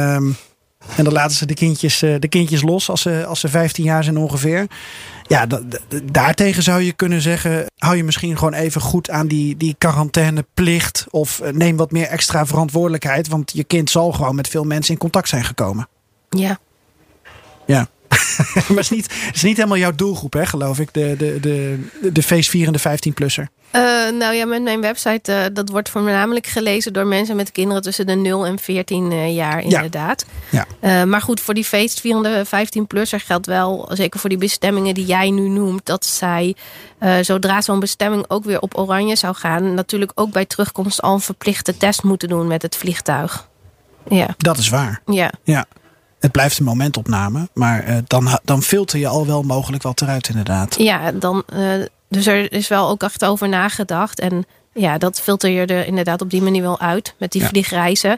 Speaker 3: En dan laten ze de kindjes los als ze 15 jaar zijn ongeveer. Ja, daartegen zou je kunnen zeggen, hou je misschien gewoon even goed aan die quarantaineplicht. Of neem wat meer extra verantwoordelijkheid. Want je kind zal gewoon met veel mensen in contact zijn gekomen. Ja. Ja. Maar het is niet helemaal jouw doelgroep, hè, geloof ik. De feestvierende 15-plusser.
Speaker 2: Met mijn website, dat wordt voornamelijk gelezen door mensen met kinderen tussen de 0 en 14 jaar inderdaad. Ja. Maar goed, voor die feestvierende 15-plusser geldt wel, zeker voor die bestemmingen die jij nu noemt, dat zij, zodra zo'n bestemming ook weer op oranje zou gaan, natuurlijk ook bij terugkomst al een verplichte test moeten doen met het vliegtuig. Ja.
Speaker 3: Dat is waar. Ja. Het blijft een momentopname, maar dan filter je al wel mogelijk wat eruit inderdaad. Ja,
Speaker 2: dus er is wel ook echt over nagedacht. En ja, dat filter je er inderdaad op die manier wel uit met die vliegreizen.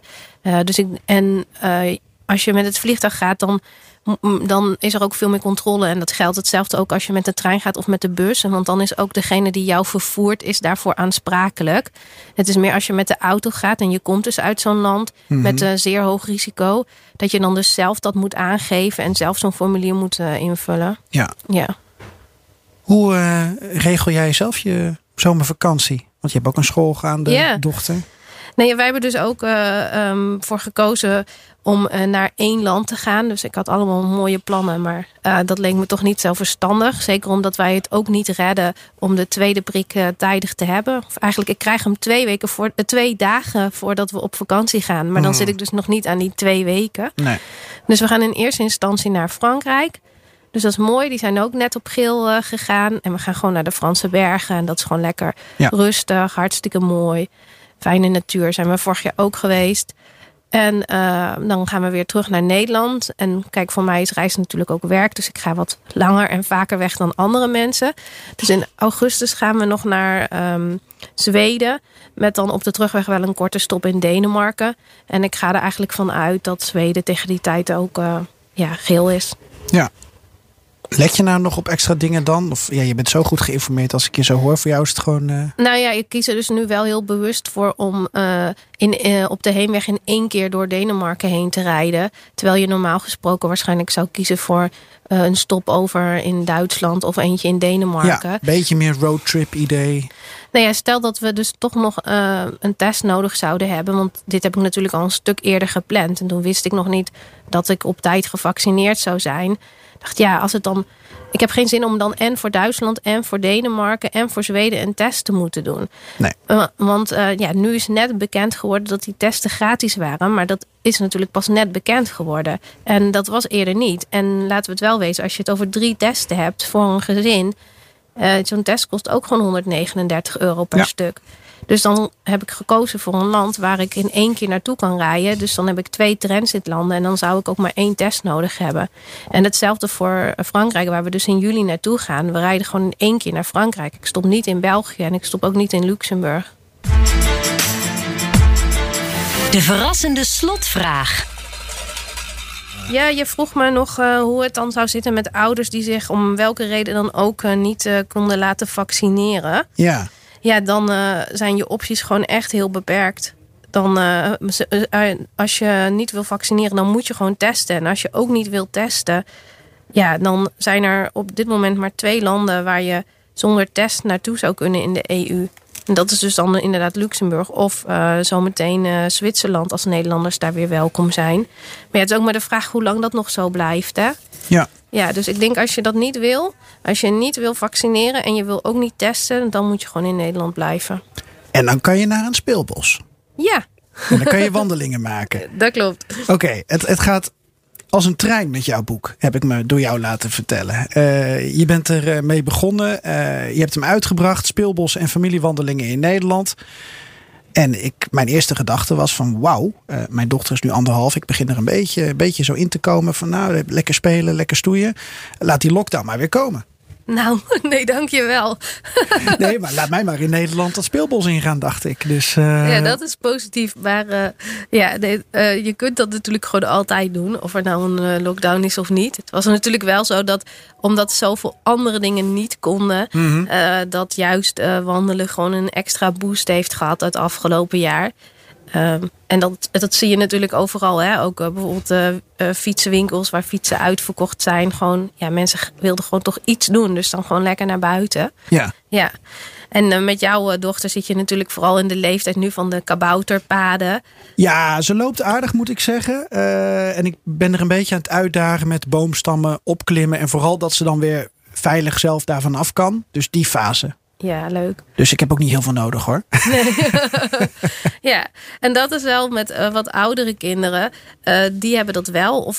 Speaker 2: Als je met het vliegtuig gaat, dan is er ook veel meer controle. En dat geldt hetzelfde ook als je met de trein gaat of met de bus. Want dan is ook degene die jou vervoert, is daarvoor aansprakelijk. Het is meer als je met de auto gaat en je komt dus uit zo'n land met een zeer hoog risico, dat je dan dus zelf dat moet aangeven en zelf zo'n formulier moet invullen. Ja.
Speaker 3: Hoe regel jij zelf je zomervakantie? Want je hebt ook een schoolgaande dochter.
Speaker 2: Nee, wij hebben dus ook voor gekozen om naar 1 land te gaan. Dus ik had allemaal mooie plannen, maar dat leek me toch niet zo verstandig. Zeker omdat wij het ook niet redden om de tweede prik tijdig te hebben. Of eigenlijk, ik krijg hem 2 dagen voordat we op vakantie gaan. Maar dan zit ik dus nog niet aan die 2 weken. Nee. Dus we gaan in eerste instantie naar Frankrijk. Dus dat is mooi. Die zijn ook net op geel gegaan. En we gaan gewoon naar de Franse bergen. En dat is gewoon lekker rustig, hartstikke mooi. Fijne natuur, zijn we vorig jaar ook geweest. En dan gaan we weer terug naar Nederland. En kijk, voor mij is reizen natuurlijk ook werk. Dus ik ga wat langer en vaker weg dan andere mensen. Dus in augustus gaan we nog naar Zweden. Met dan op de terugweg wel een korte stop in Denemarken. En ik ga er eigenlijk van uit dat Zweden tegen die tijd ook geel is.
Speaker 3: Ja. Let je nou nog op extra dingen dan? Of je bent zo goed geïnformeerd als ik je zo hoor. Voor jou is het gewoon...
Speaker 2: Nou ja, ik kies er dus nu wel heel bewust voor om op de heenweg in 1 keer door Denemarken heen te rijden. Terwijl je normaal gesproken waarschijnlijk zou kiezen voor een stopover in Duitsland of eentje in Denemarken.
Speaker 3: Ja, een beetje meer roadtrip idee.
Speaker 2: Nou ja, stel dat we dus toch nog een test nodig zouden hebben. Want dit heb ik natuurlijk al een stuk eerder gepland. En toen wist ik nog niet dat ik op tijd gevaccineerd zou zijn. Ik dacht, als het dan... Ik heb geen zin om dan en voor Duitsland en voor Denemarken en voor Zweden een test te moeten doen.
Speaker 3: Nee.
Speaker 2: Want nu is net bekend geworden dat die testen gratis waren. Maar dat is natuurlijk pas net bekend geworden. En dat was eerder niet. En laten we het wel wezen, als je het over 3 testen hebt voor een gezin... zo'n test kost ook gewoon €139 per stuk. Dus dan heb ik gekozen voor een land waar ik in 1 keer naartoe kan rijden. Dus dan heb ik 2 transitlanden en dan zou ik ook maar 1 test nodig hebben. En hetzelfde voor Frankrijk, waar we dus in juli naartoe gaan. We rijden gewoon in 1 keer naar Frankrijk. Ik stop niet in België en ik stop ook niet in Luxemburg.
Speaker 4: De verrassende slotvraag.
Speaker 2: Ja, je vroeg me nog hoe het dan zou zitten met ouders die zich om welke reden dan ook niet konden laten vaccineren.
Speaker 3: Ja.
Speaker 2: Ja, dan zijn je opties gewoon echt heel beperkt. Dan, als je niet wil vaccineren, dan moet je gewoon testen. En als je ook niet wilt testen, dan zijn er op dit moment maar 2 landen waar je zonder test naartoe zou kunnen in de EU. En dat is dus dan inderdaad Luxemburg of zometeen Zwitserland als Nederlanders daar weer welkom zijn. Maar het is ook maar de vraag hoe lang dat nog zo blijft, hè?
Speaker 3: Ja.
Speaker 2: Ja, dus ik denk als je dat niet wil, als je niet wil vaccineren en je wil ook niet testen, dan moet je gewoon in Nederland blijven.
Speaker 3: En dan kan je naar een speelbos.
Speaker 2: Ja.
Speaker 3: En dan kan je wandelingen maken.
Speaker 2: Dat klopt.
Speaker 3: Oké, het gaat als een trein met jouw boek, heb ik me door jou laten vertellen. Je bent er mee begonnen. Je hebt hem uitgebracht, Speelbos en familiewandelingen in Nederland. En mijn eerste gedachte was van wauw, mijn dochter is nu 1,5. Ik begin er een beetje zo in te komen van nou, lekker spelen, lekker stoeien. Laat die lockdown maar weer komen.
Speaker 2: Nou, nee, dankjewel.
Speaker 3: Nee, maar laat mij maar in Nederland dat speelbos ingaan, dacht ik. Dus,
Speaker 2: ja, dat is positief. Maar je kunt dat natuurlijk gewoon altijd doen. Of er nou een lockdown is of niet. Het was natuurlijk wel zo dat, omdat zoveel andere dingen niet konden... dat juist wandelen gewoon een extra boost heeft gehad het afgelopen jaar. En dat zie je natuurlijk overal. Hè? Ook bijvoorbeeld fietsenwinkels waar fietsen uitverkocht zijn. Gewoon, mensen wilden gewoon toch iets doen. Dus dan gewoon lekker naar buiten. Ja. En met jouw dochter zit je natuurlijk vooral in de leeftijd nu van de kabouterpaden.
Speaker 3: Ja, ze loopt aardig, moet ik zeggen. En ik ben er een beetje aan het uitdagen met boomstammen opklimmen. En vooral dat ze dan weer veilig zelf daarvan af kan. Dus die fase.
Speaker 2: Ja, leuk.
Speaker 3: Dus ik heb ook niet heel veel nodig, hoor.
Speaker 2: Nee. Ja, en dat is wel met wat oudere kinderen. Die hebben dat wel. Of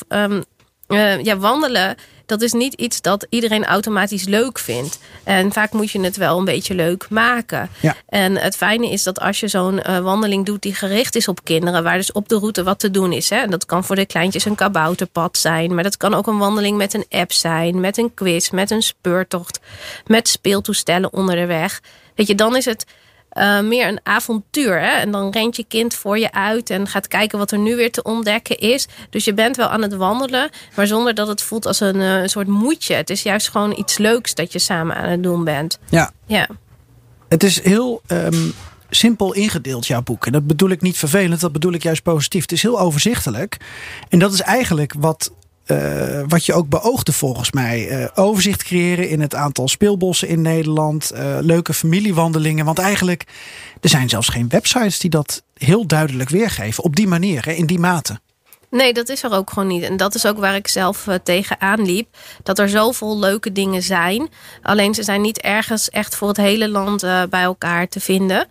Speaker 2: wandelen, dat is niet iets dat iedereen automatisch leuk vindt. En vaak moet je het wel een beetje leuk maken.
Speaker 3: Ja.
Speaker 2: En het fijne is dat als je zo'n wandeling doet die gericht is op kinderen, waar dus op de route wat te doen is. Hè? En dat kan voor de kleintjes een kabouterpad zijn. Maar dat kan ook een wandeling met een app zijn. Met een quiz, met een speurtocht. Met speeltoestellen onder de weg. Weet je, dan is het meer een avontuur. Hè? En dan rent je kind voor je uit en gaat kijken wat er nu weer te ontdekken is. Dus je bent wel aan het wandelen, maar zonder dat het voelt als een soort moedje. Het is juist gewoon iets leuks dat je samen aan het doen bent. Ja.
Speaker 3: Het is heel simpel ingedeeld, jouw boek. En dat bedoel ik niet vervelend, dat bedoel ik juist positief. Het is heel overzichtelijk. En dat is eigenlijk wat je ook beoogde volgens mij. Overzicht creëren in het aantal speelbossen in Nederland. Leuke familiewandelingen. Want eigenlijk, er zijn zelfs geen websites die dat heel duidelijk weergeven. Op die manier, hè, in die mate.
Speaker 2: Nee, dat is er ook gewoon niet. En dat is ook waar ik zelf tegenaan liep. Dat er zoveel leuke dingen zijn. Alleen ze zijn niet ergens echt voor het hele land bij elkaar te vinden.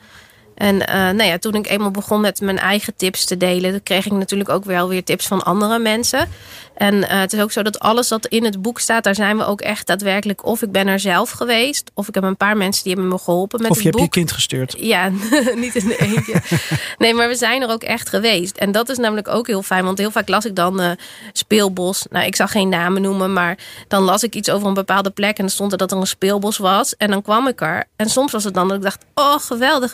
Speaker 2: En toen ik eenmaal begon met mijn eigen tips te delen, dan kreeg ik natuurlijk ook wel weer tips van andere mensen. En het is ook zo dat alles wat in het boek staat, daar zijn we ook echt daadwerkelijk. Of ik ben er zelf geweest, of ik heb een paar mensen die hebben me geholpen met het boek.
Speaker 3: Of je hebt je kind gestuurd.
Speaker 2: Ja, niet in de eentje. Nee, maar we zijn er ook echt geweest. En dat is namelijk ook heel fijn, want heel vaak las ik dan speelbos. Nou, ik zal geen namen noemen, maar dan las ik iets over een bepaalde plek en dan stond er dat er een speelbos was. En dan kwam ik er. En soms was het dan dat ik dacht, oh geweldig,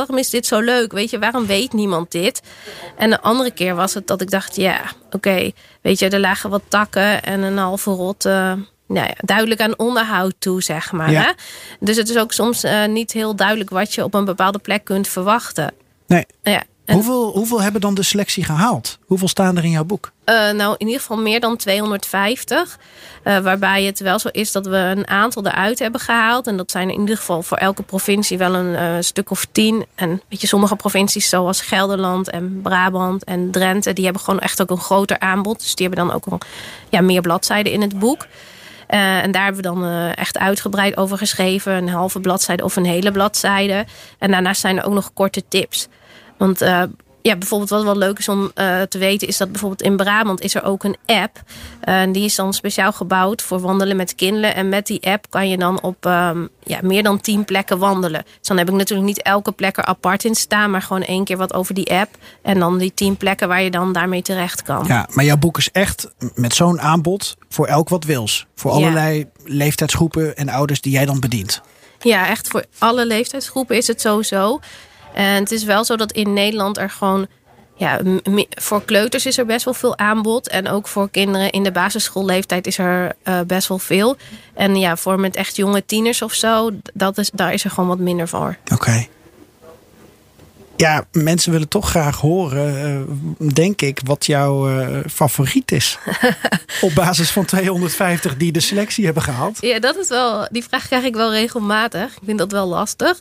Speaker 2: waarom is dit zo leuk? Weet je, waarom weet niemand dit? En de andere keer was het dat ik dacht, oké, weet je, er lagen wat takken en een halve rot... duidelijk aan onderhoud toe, zeg maar.
Speaker 3: Ja.
Speaker 2: Hè? Dus het is ook soms niet heel duidelijk wat je op een bepaalde plek kunt verwachten.
Speaker 3: Nee.
Speaker 2: Ja.
Speaker 3: Hoeveel hebben dan de selectie gehaald? Hoeveel staan er in jouw boek?
Speaker 2: In ieder geval meer dan 250. Waarbij het wel zo is dat we een aantal eruit hebben gehaald. En dat zijn in ieder geval voor elke provincie wel een stuk of 10. En weet je, sommige provincies zoals Gelderland en Brabant en Drenthe... die hebben gewoon echt ook een groter aanbod. Dus die hebben dan ook wel meer bladzijden in het boek. En daar hebben we dan echt uitgebreid over geschreven. Een halve bladzijde of een hele bladzijde. En daarnaast zijn er ook nog korte tips. Want bijvoorbeeld wat wel leuk is om te weten... is dat bijvoorbeeld in Brabant is er ook een app. Die is dan speciaal gebouwd voor wandelen met kinderen. En met die app kan je dan op meer dan 10 plekken wandelen. Dus dan heb ik natuurlijk niet elke plek er apart in staan... maar gewoon 1 keer wat over die app. En dan die 10 plekken waar je dan daarmee terecht kan.
Speaker 3: Ja, maar jouw boek is echt met zo'n aanbod voor elk wat wils. Voor allerlei leeftijdsgroepen en ouders die jij dan bedient. Ja,
Speaker 2: echt voor alle leeftijdsgroepen is het sowieso... En het is wel zo dat in Nederland er gewoon... voor kleuters is er best wel veel aanbod. En ook voor kinderen in de basisschoolleeftijd is er best wel veel. En voor met echt jonge tieners of zo... daar is er gewoon wat minder voor.
Speaker 3: Oké. Ja, mensen willen toch graag horen, denk ik, wat jouw favoriet is. Op basis van 250 die de selectie hebben gehaald.
Speaker 2: Ja, dat is wel. Die vraag krijg ik wel regelmatig. Ik vind dat wel lastig.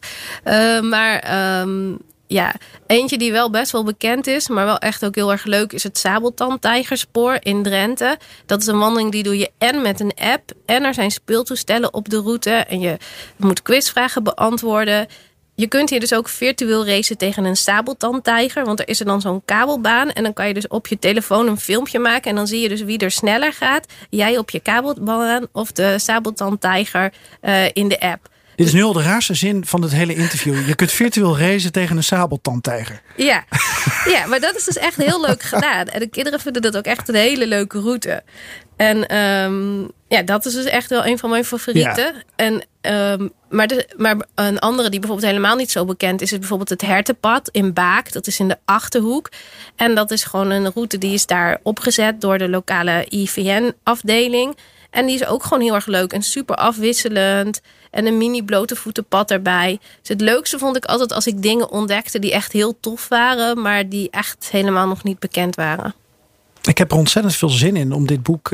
Speaker 2: Eentje die wel best wel bekend is, maar wel echt ook heel erg leuk, is het Sabeltandtijgerspoor in Drenthe. Dat is een wandeling die doe je en met een app. En er zijn speeltoestellen op de route. En je moet quizvragen beantwoorden. Je kunt hier dus ook virtueel racen tegen een sabeltandtijger. Want er is er dan zo'n kabelbaan. En dan kan je dus op je telefoon een filmpje maken. En dan zie je dus wie er sneller gaat. Jij op je kabelbaan of de sabeltandtijger in de app.
Speaker 3: Dit is nu al de raarste zin van het hele interview. Je kunt virtueel racen tegen een sabeltandtijger.
Speaker 2: Ja, maar dat is dus echt heel leuk gedaan. En de kinderen vinden dat ook echt een hele leuke route. En dat is dus echt wel een van mijn favorieten. Ja. Maar een andere die bijvoorbeeld helemaal niet zo bekend is bijvoorbeeld het Hertenpad in Baak. Dat is in de Achterhoek. En dat is gewoon een route die is daar opgezet door de lokale IVN-afdeling. En die is ook gewoon heel erg leuk en super afwisselend. En een mini blote voetenpad erbij. Dus het leukste vond ik altijd als ik dingen ontdekte die echt heel tof waren. Maar die echt helemaal nog niet bekend waren.
Speaker 3: Ik heb er ontzettend veel zin in om dit boek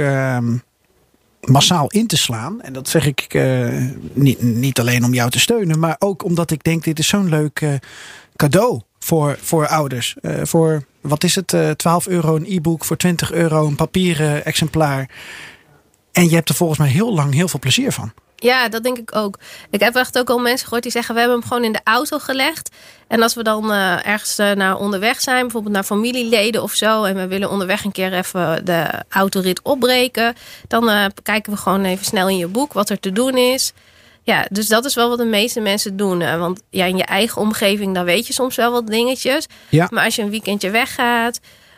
Speaker 3: massaal in te slaan. En dat zeg ik niet alleen om jou te steunen. Maar ook omdat ik denk dit is zo'n leuk cadeau voor ouders. Voor, wat is het, €12 een e-book. Voor €20 een papieren exemplaar. En je hebt er volgens mij heel lang heel veel plezier van.
Speaker 2: Ja, dat denk ik ook. Ik heb echt ook al mensen gehoord die zeggen... we hebben hem gewoon in de auto gelegd. En als we dan ergens naar onderweg zijn... bijvoorbeeld naar familieleden of zo... en we willen onderweg een keer even de autorit opbreken... dan kijken we gewoon even snel in je boek wat er te doen is. Ja, dus dat is wel wat de meeste mensen doen. Want in je eigen omgeving... dan weet je soms wel wat dingetjes. Ja. Maar als je een weekendje weggaat...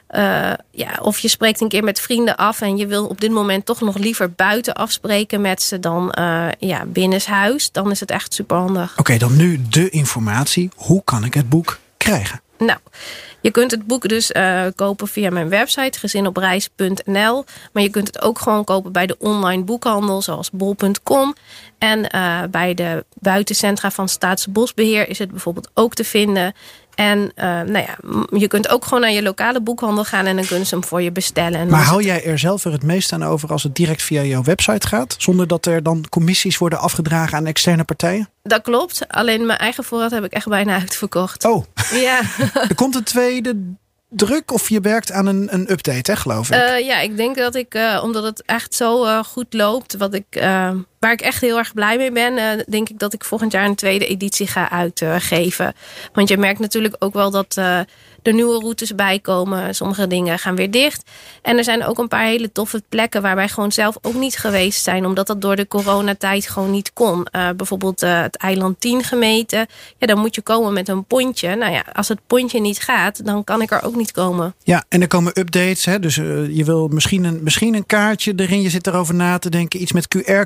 Speaker 2: of je spreekt een keer met vrienden af... en je wil op dit moment toch nog liever buiten afspreken met ze... dan binnenshuis, dan is het echt superhandig.
Speaker 3: Oké, dan nu de informatie. Hoe kan ik het boek krijgen?
Speaker 2: Nou, je kunt het boek dus kopen via mijn website... gezinopreis.nl. Maar je kunt het ook gewoon kopen bij de online boekhandel... zoals bol.com. En bij de buitencentra van Staatsbosbeheer... is het bijvoorbeeld ook te vinden... En je kunt ook gewoon naar je lokale boekhandel gaan... en dan kunnen ze hem voor je bestellen. En
Speaker 3: maar hou jij er zelf weer het meest aan over... als het direct via jouw website gaat? Zonder dat er dan commissies worden afgedragen aan externe partijen?
Speaker 2: Dat klopt. Alleen mijn eigen voorraad heb ik echt bijna uitverkocht.
Speaker 3: Oh,
Speaker 2: ja.
Speaker 3: Er komt een tweede druk of je werkt aan een update, hè, geloof ik?
Speaker 2: Ik denk dat ik, omdat het echt zo goed loopt... waar ik echt heel erg blij mee ben... denk ik dat ik volgend jaar een tweede editie ga uitgeven. Want je merkt natuurlijk ook wel dat er nieuwe routes bij komen. Sommige dingen gaan weer dicht. En er zijn ook een paar hele toffe plekken... waar wij gewoon zelf ook niet geweest zijn... omdat dat door de coronatijd gewoon niet kon. Bijvoorbeeld het eiland 10 gemeten. Ja, dan moet je komen met een pontje. Nou ja, als het pontje niet gaat... dan kan ik er ook niet komen.
Speaker 3: Ja, en er komen updates. Hè? Dus je wil misschien een kaartje erin. Je zit erover na te denken. Iets met QR-codes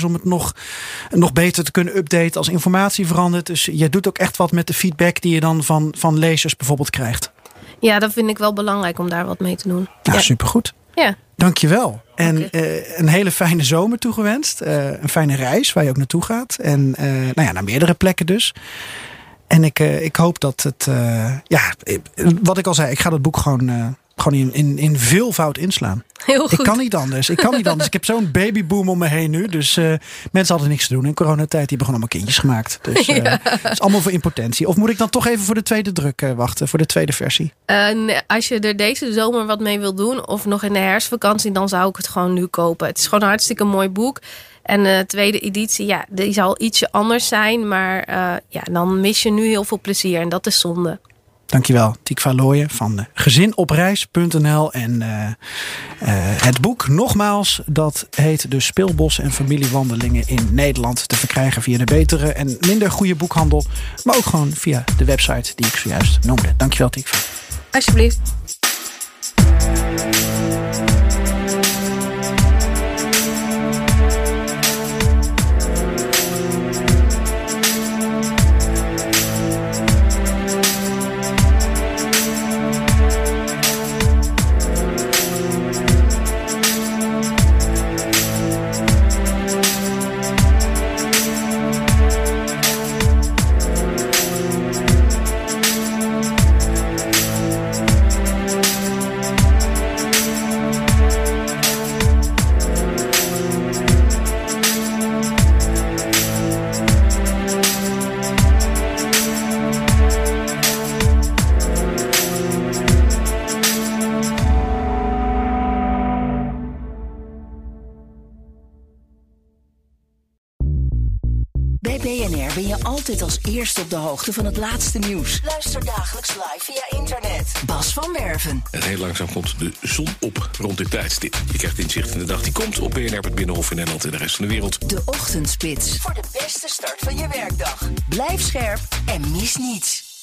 Speaker 3: om het nog beter te kunnen updaten als informatie verandert. Dus je doet ook echt wat met de feedback die je dan van lezers bijvoorbeeld krijgt.
Speaker 2: Ja, dat vind ik wel belangrijk om daar wat mee te doen.
Speaker 3: Nou, supergoed.
Speaker 2: Ja.
Speaker 3: Dankjewel. En een hele fijne zomer toegewenst. Een fijne reis waar je ook naartoe gaat. En naar meerdere plekken dus. En ik hoop dat het... wat ik al zei, ik ga dat boek gewoon in veelvoud inslaan.
Speaker 2: Heel goed.
Speaker 3: Ik kan niet anders. Ik heb zo'n babyboom om me heen nu. Dus mensen hadden niks te doen. In coronatijd die hebben gewoon allemaal kindjes gemaakt. Dus het is allemaal voor impotentie. Of moet ik dan toch even voor de tweede druk wachten? Voor de tweede versie?
Speaker 2: Nee, als je er deze zomer wat mee wil doen, of nog in de herfstvakantie, dan zou ik het gewoon nu kopen. Het is gewoon een hartstikke mooi boek. En de tweede editie, die zal ietsje anders zijn. Maar dan mis je nu heel veel plezier. En dat is zonde.
Speaker 3: Dankjewel, Tikva Looyen van gezinopreis.nl. En het boek, nogmaals, dat heet De Speelbos en Familiewandelingen in Nederland. Te verkrijgen via de betere en minder goede boekhandel. Maar ook gewoon via de website die ik zojuist noemde. Dankjewel, Tikva.
Speaker 2: Alsjeblieft.
Speaker 5: Bij BNR ben je altijd als eerste op de hoogte van het laatste nieuws. Luister dagelijks live via internet. Bas van Werven.
Speaker 6: En heel langzaam komt de zon op rond dit tijdstip. Je krijgt inzicht in de dag die komt op BNR, het Binnenhof in Nederland en de rest van de wereld.
Speaker 5: De Ochtendspits. Voor de beste start van je werkdag. Blijf scherp en mis niets.